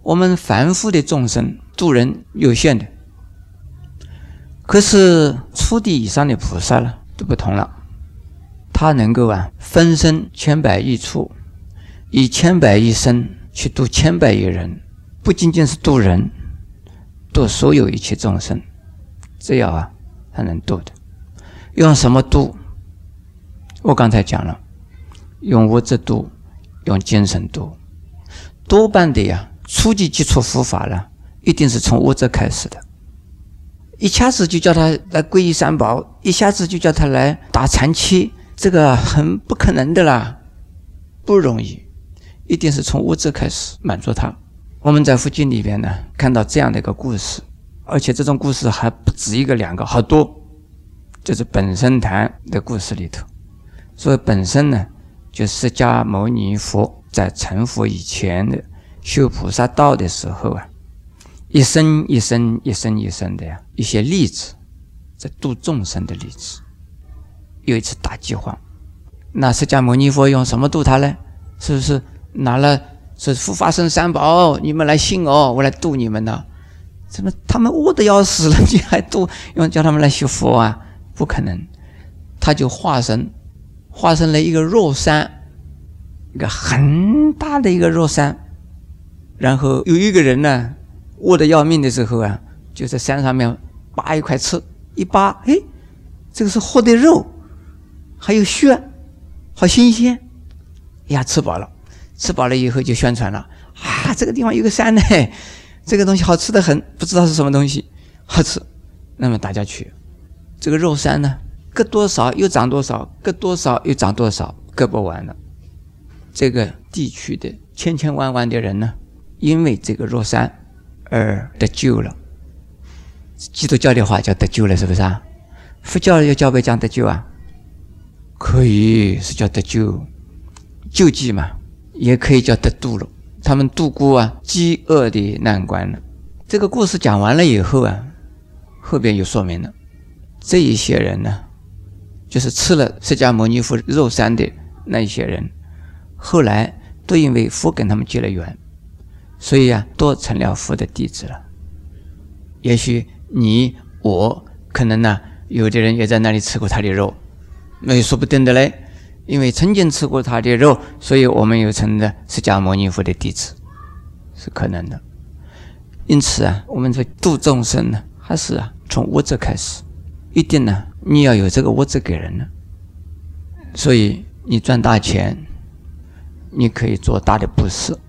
我们凡夫的众生度人有限的，可是初地以上的菩萨呢就不同了，他能够分身千百亿处，以千百亿身去度千百亿人，不仅仅是度人，度所有一切众生，这样他能度的。用什么度？我刚才讲了，用物质度，用精神度。多半的初级基础佛法呢，一定是从物质开始的。一下子就叫他来皈依三宝，一下子就叫他来打禅期，这个很不可能的啦，不容易。一定是从物质开始满足他。我们在佛经里边呢，看到这样的一个故事，而且这种故事还不止一个两个，好多。就是本生坛的故事里头。所以本身呢，就是释迦牟尼佛在成佛以前的修菩萨道的时候一生一生一生一生的一些例子，在度众生的例子。有一次大饥荒，那释迦牟尼佛用什么度他呢？是不是拿了是护法神三宝，你们来信我来度你们呢？怎么他们饿得要死了，你还度用叫他们来学佛不可能。他就化身了一个肉山，一个很大的一个肉山，然后有一个人呢饿得要命的时候就在山上面扒一块吃，一扒，这个是活的肉，还有血，好新鲜呀！吃饱了以后就宣传了这个地方有个山呢，这个东西好吃得很，不知道是什么东西，好吃。那么大家去，这个肉山呢，割多少又长多少，割多少又长多少，割不完了。这个地区的千千万万的人呢，因为这个肉山而得救了。基督教的话叫得救了，是不是佛教要叫不讲得救可以是叫得救，救济嘛，也可以叫得度了。他们度过饥饿的难关了。这个故事讲完了以后后边有说明了，这一些人呢，就是吃了释迦牟尼佛肉山的那一些人，后来都因为佛跟他们结了缘，所以都成了佛的弟子了。也许你我可能有的人也在那里吃过他的肉，那也说不定的嘞。因为曾经吃过他的肉，所以我们又成了释迦牟尼佛的弟子，是可能的。因此我们说度众生呢，还是从物质开始，一定你要有这个物质给人呢。所以你赚大钱，你可以做大的布施，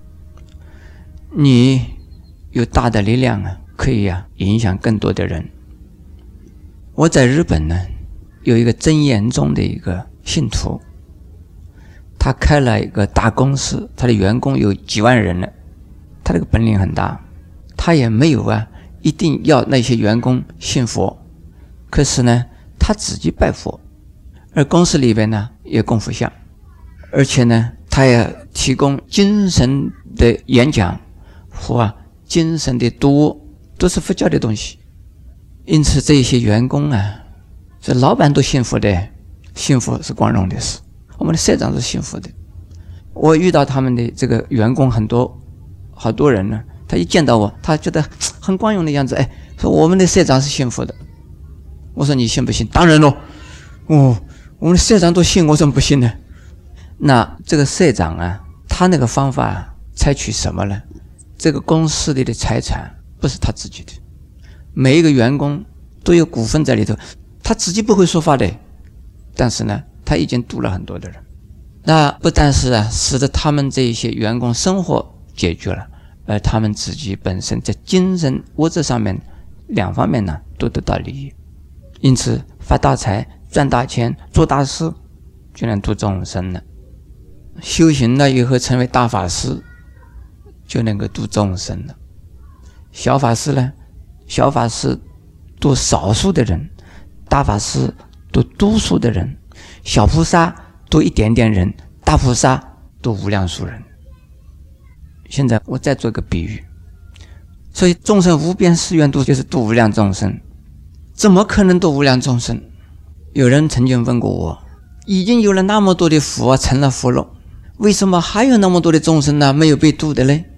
你有大的力量可以影响更多的人。我在日本呢，有一个真言宗的一个信徒，他开了一个大公司，他的员工有几万人了，他这个本领很大，他也没有一定要那些员工信佛，可是呢他自己拜佛，而公司里边呢也供佛像，而且呢他也提供精神的演讲和精神的读物，都是佛教的东西。因此这些员工这老板都信佛的，信佛是光荣的事。我们的社长是信佛的，我遇到他们的这个员工好多人呢，他一见到我，他觉得很光荣的样子，说我们的社长是信佛的。我说你信不信？当然咯，我们的社长都信，我怎么不信呢？那这个社长他那个方法采取什么呢？这个公司里的财产不是他自己的，每一个员工都有股份在里头，他自己不会说话的，但是呢他已经度了很多的人。那不但是使得他们这一些员工生活解决了，而他们自己本身在精神物质上面两方面呢都得到利益。因此发大财赚大钱做大事就能度众生了。修行了以后成为大法师就能够度众生了。小法师呢，小法师度少数的人，大法师度多数的人，小菩萨度一点点人，大菩萨度无量数人。现在我再做个比喻，所以众生无边誓愿度就是度无量众生。怎么可能度无量众生？有人曾经问过我，已经有了那么多的佛成了佛了，为什么还有那么多的众生没有被度的嘞？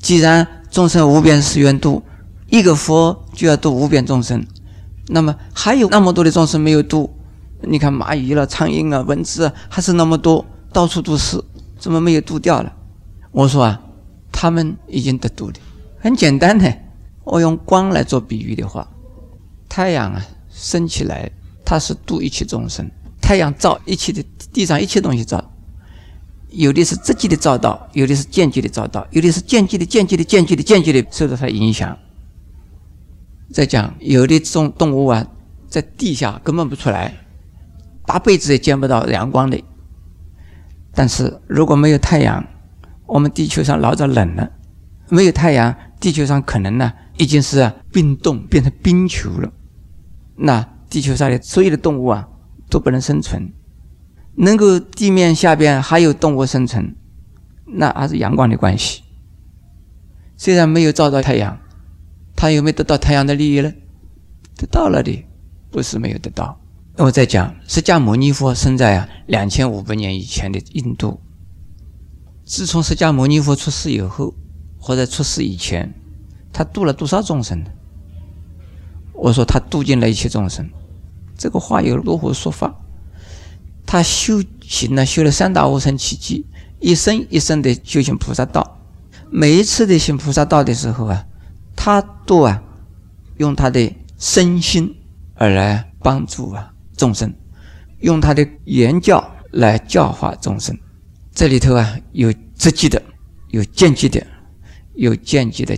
既然众生无边誓愿度，一个佛就要度无边众生，那么还有那么多的众生没有度。你看蚂蚁了、苍蝇啊、蚊子啊，还是那么多，到处都是，怎么没有度掉了？我说啊，他们已经得度的。很简单的，我用光来做比喻的话，太阳啊升起来，它是度一切众生。太阳照一切的地上一切东西照，有的是直接的照到，有的是间接的照到，有的是间接的受到它影响。再讲有的这种动物啊，在地下根本不出来，大辈子也见不到阳光的。但是如果没有太阳，我们地球上老早冷了，没有太阳，地球上可能呢已经是冰冻变成冰球了。那地球上的所有的动物啊都不能生存，能够地面下边还有动物生存，那还是阳光的关系。虽然没有照到太阳，他有没有得到太阳的利益呢？得到了的，不是没有得到。我在讲释迦牟尼佛生在2500年以前的印度，自从释迦牟尼佛出世以后，或者出世以前，他度了多少众生呢？我说他度尽了一切众生，这个话有如何说法？他修行呢，修了三大无生奇迹，一生一生的修行菩萨道。每一次的行菩萨道的时候啊，他都用他的身心而来帮助众生，用他的言教来教化众生。这里头有直接的，有间接的，有间接的。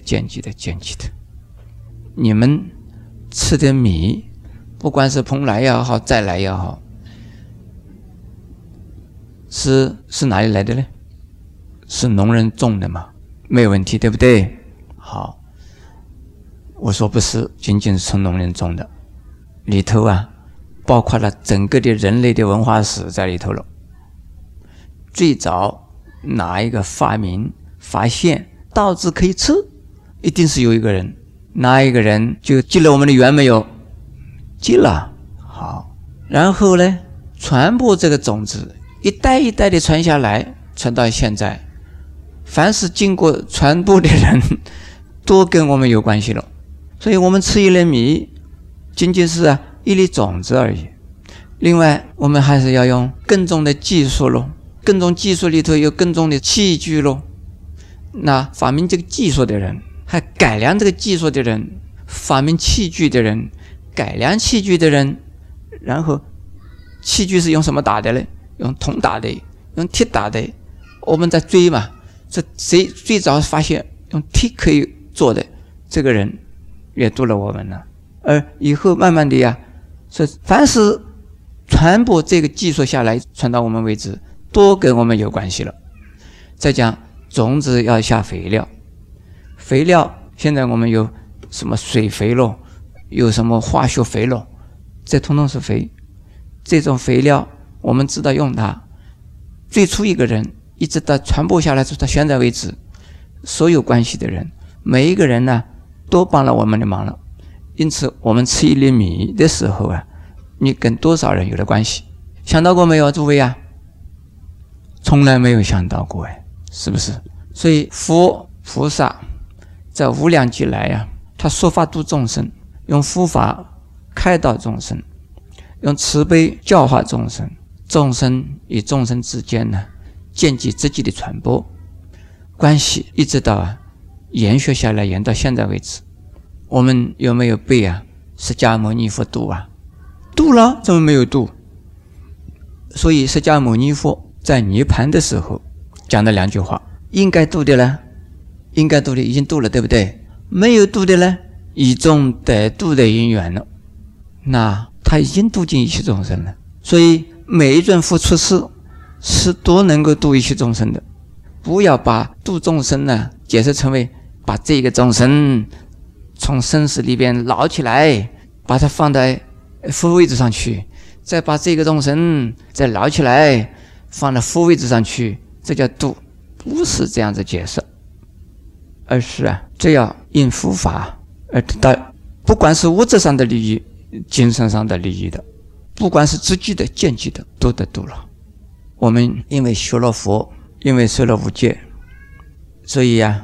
你们吃的米，不管是蓬莱也好，再来也好，是哪里来的呢？是农人种的嘛，没有问题，对不对？好，我说不是仅仅是从农人种的，里头包括了整个的人类的文化史在里头了。最早哪一个发明发现稻子可以吃，一定是有一个人，哪一个人就结了我们的缘没有？结了。好，然后呢，传播这个种子，一代一代的传下来，传到现在，凡是经过传播的人都跟我们有关系了。所以我们吃一粒米，仅仅是一粒种子而已。另外我们还是要用耕种的技术咯，耕种技术里头有耕种的器具咯。那发明这个技术的人，还改良这个技术的人，发明器具的人，改良器具的人，然后器具是用什么打的呢？用铜打的，用铁打的。我们在追嘛，这谁最早发现用铁可以做的，这个人也度了我们了。而以后慢慢的说凡是传播这个技术下来，传到我们为止，都跟我们有关系了。再讲种子要下肥料，肥料现在我们有什么水肥咯，有什么化学肥咯，这统统是肥。这种肥料我们知道用它，最初一个人一直到传播下来到现在为止，所有关系的人，每一个人都帮了我们的忙了。因此我们吃一粒米的时候你跟多少人有了关系？想到过没有诸位从来没有想到过是不是？所以佛菩萨在无量劫来他说法度众生，用佛法开导众生，用慈悲教化众生，众生与众生之间间接直接的传播关系，一直到延续下来，延到现在为止。我们有没有被释迦牟尼佛度度了，怎么没有度？所以释迦牟尼佛在涅槃的时候讲的两句话，应该度的呢，应该度的已经度了，对不对？没有度的呢，以众得度的因缘了，那他已经度尽一切众生了。所以每一尊佛出世是都能够度一切众生的。不要把度众生解释成为把这个众生从生死里边捞起来，把它放在佛位置上去，再把这个众生再捞起来放在佛位置上去，这叫度。不是这样子解释，而是这要因佛法而得到，不管是物质上的利益，精神上的利益的，不管是直接的间接的，都得度了。我们因为学了佛，因为受了无戒，所以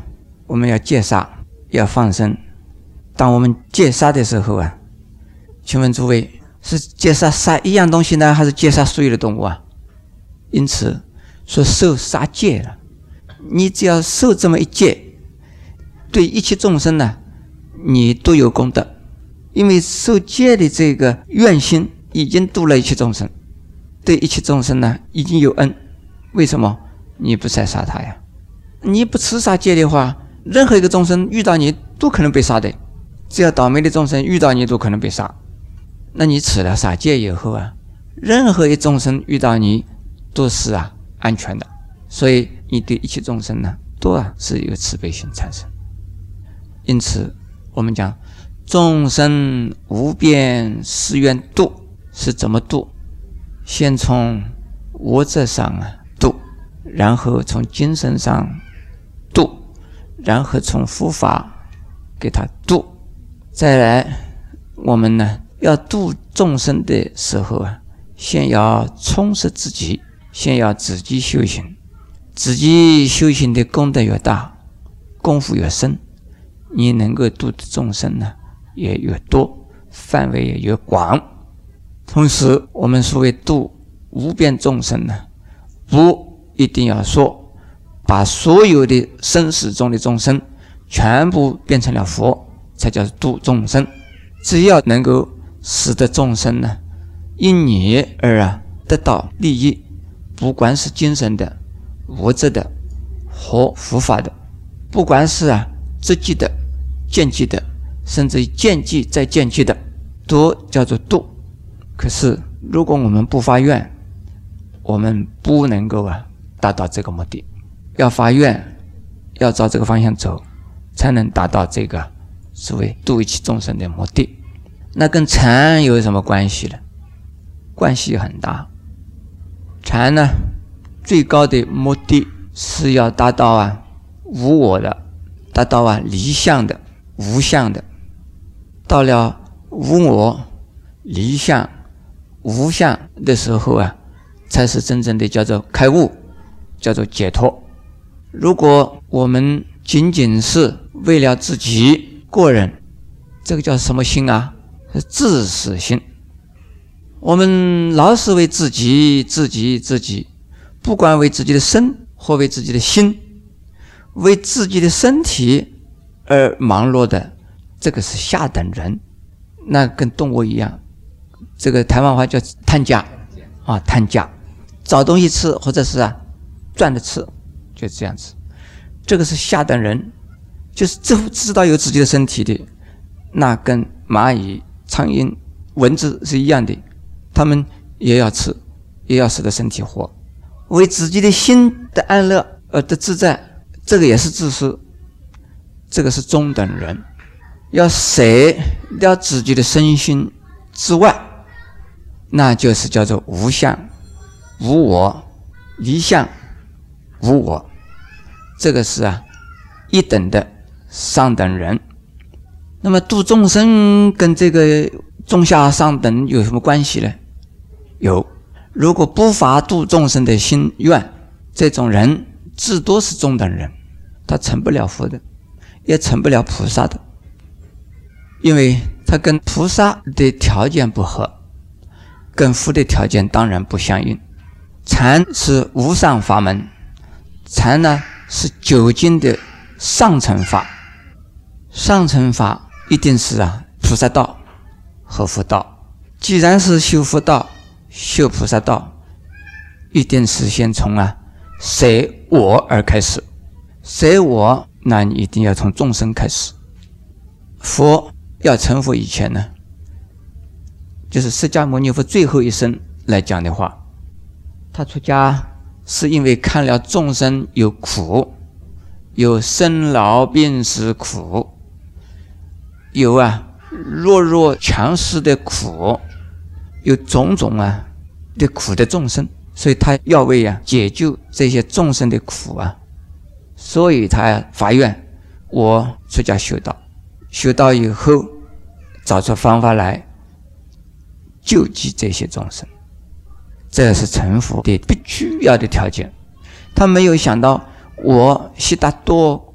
我们要戒杀，要放生。当我们戒杀的时候啊，请问诸位，是戒杀一样东西呢，还是戒杀所有的动物啊？因此说受杀戒了，你只要受这么一戒，对一切众生呢，你都有功德，因为受戒的这个愿心已经度了一切众生，对一切众生呢已经有恩。为什么你不再杀他呀？你不持杀戒的话，任何一个众生遇到你都可能被杀的，只要倒霉的众生遇到你都可能被杀。那你持了杀戒以后啊，任何一众生遇到你都是安全的，所以你对一切众生呢都是有慈悲心产生。因此我们讲众生无边誓愿度，是怎么度？先从物质上度，然后从精神上度，然后从佛法给他度，再来我们呢要度众生的时候先要充实自己，先要自己修行，自己修行的功德越大，功夫越深，你能够度的众生呢也越多，范围也越广。同时我们所谓度无边众生呢，不一定要说把所有的生死中的众生全部变成了佛才叫度众生，只要能够使得众生呢因你而得到利益，不管是精神的、物质的和佛法的，不管是知际的、见际的，甚至于见际再见际的，都叫做度。可是如果我们不发愿，我们不能够达到这个目的。要发愿，要照这个方向走，才能达到这个所谓度一切众生的目的。那跟禅有什么关系呢？关系很大。禅呢，最高的目的是要达到无我的，达到离相的、无相的。到了无我、离相、无相的时候才是真正的叫做开悟，叫做解脱。如果我们仅仅是为了自己个人，这个叫什么心是自私心。我们老是为自己，不管为自己的身或为自己的心，为自己的身体而忙碌的，这个是下等人，那跟动物一样。这个台湾话叫贪家贪家，找东西吃或者是赚着吃，就这样子。这个是下等人，就是知道有自己的身体的，那跟蚂蚁、苍蝇、蚊子是一样的，他们也要吃，也要使得身体活，为自己的心的安乐而的自在，这个也是自私，这个是中等人。要舍掉自己的身心之外，那就是叫做无相、无我、离相、无我，这个是一等的上等人。那么度众生跟这个中下上等有什么关系呢？有。如果不发度众生的心愿，这种人至多是中等人，他成不了佛的，也成不了菩萨的，因为他跟菩萨的条件不合，跟佛的条件当然不相应。禅是无上法门，禅呢是究竟的上乘法，上乘法一定是菩萨道和佛道。既然是修佛道、修菩萨道，一定是先从舍我而开始。舍我，那你一定要从众生开始。佛要成佛以前呢，就是释迦牟尼佛最后一生来讲的话，他出家是因为看了众生有苦，有生老病死苦，有弱肉强食的苦，有种种的苦的众生，所以他要为解救这些众生的苦所以他发愿，我出家修道，修道以后找出方法来救济这些众生，这是成佛的必须要的条件。他没有想到我悉达多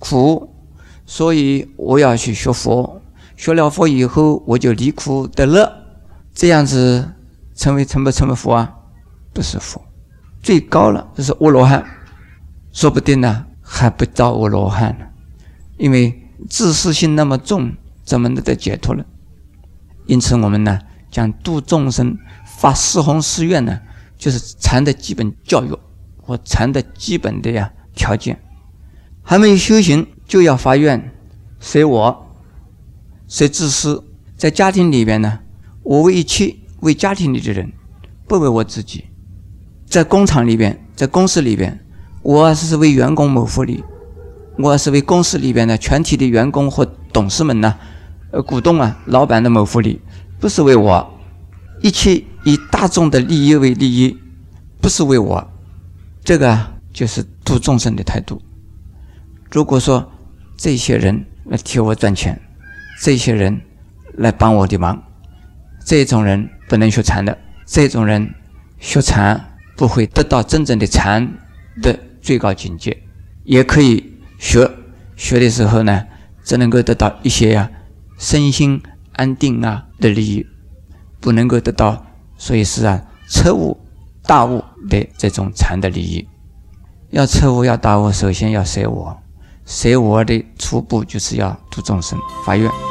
苦，所以我要去学佛，学了佛以后我就离苦得乐，这样子成不成为佛啊？不是佛，最高了就是阿罗汉，说不定呢还不到阿罗汉呢，因为自私心那么重，怎么能得解脱呢？因此我们呢讲度众生发四弘誓愿呢，就是禅的基本教育或禅的基本的条件。还没有修行就要发愿，谁我，谁自私。在家庭里边呢，我为一切为家庭里的人，不为我自己。在工厂里边，在公司里边，我是为员工谋福利，我是为公司里边的全体的员工或董事们呢，股东老板的谋福利，不是为我。一切以大众的利益为利益，不是为我。这个就是度众生的态度。如果说这些人来替我赚钱，这些人来帮我的忙，这种人不能学禅的，这种人学禅不会得到真正的禅的最高境界。也可以学的时候呢，只能够得到一些身心安定的利益，不能够得到所以是彻悟大悟的这种禅的利益。要彻悟要大悟，首先要舍我，舍我的初步就是要度众生发愿。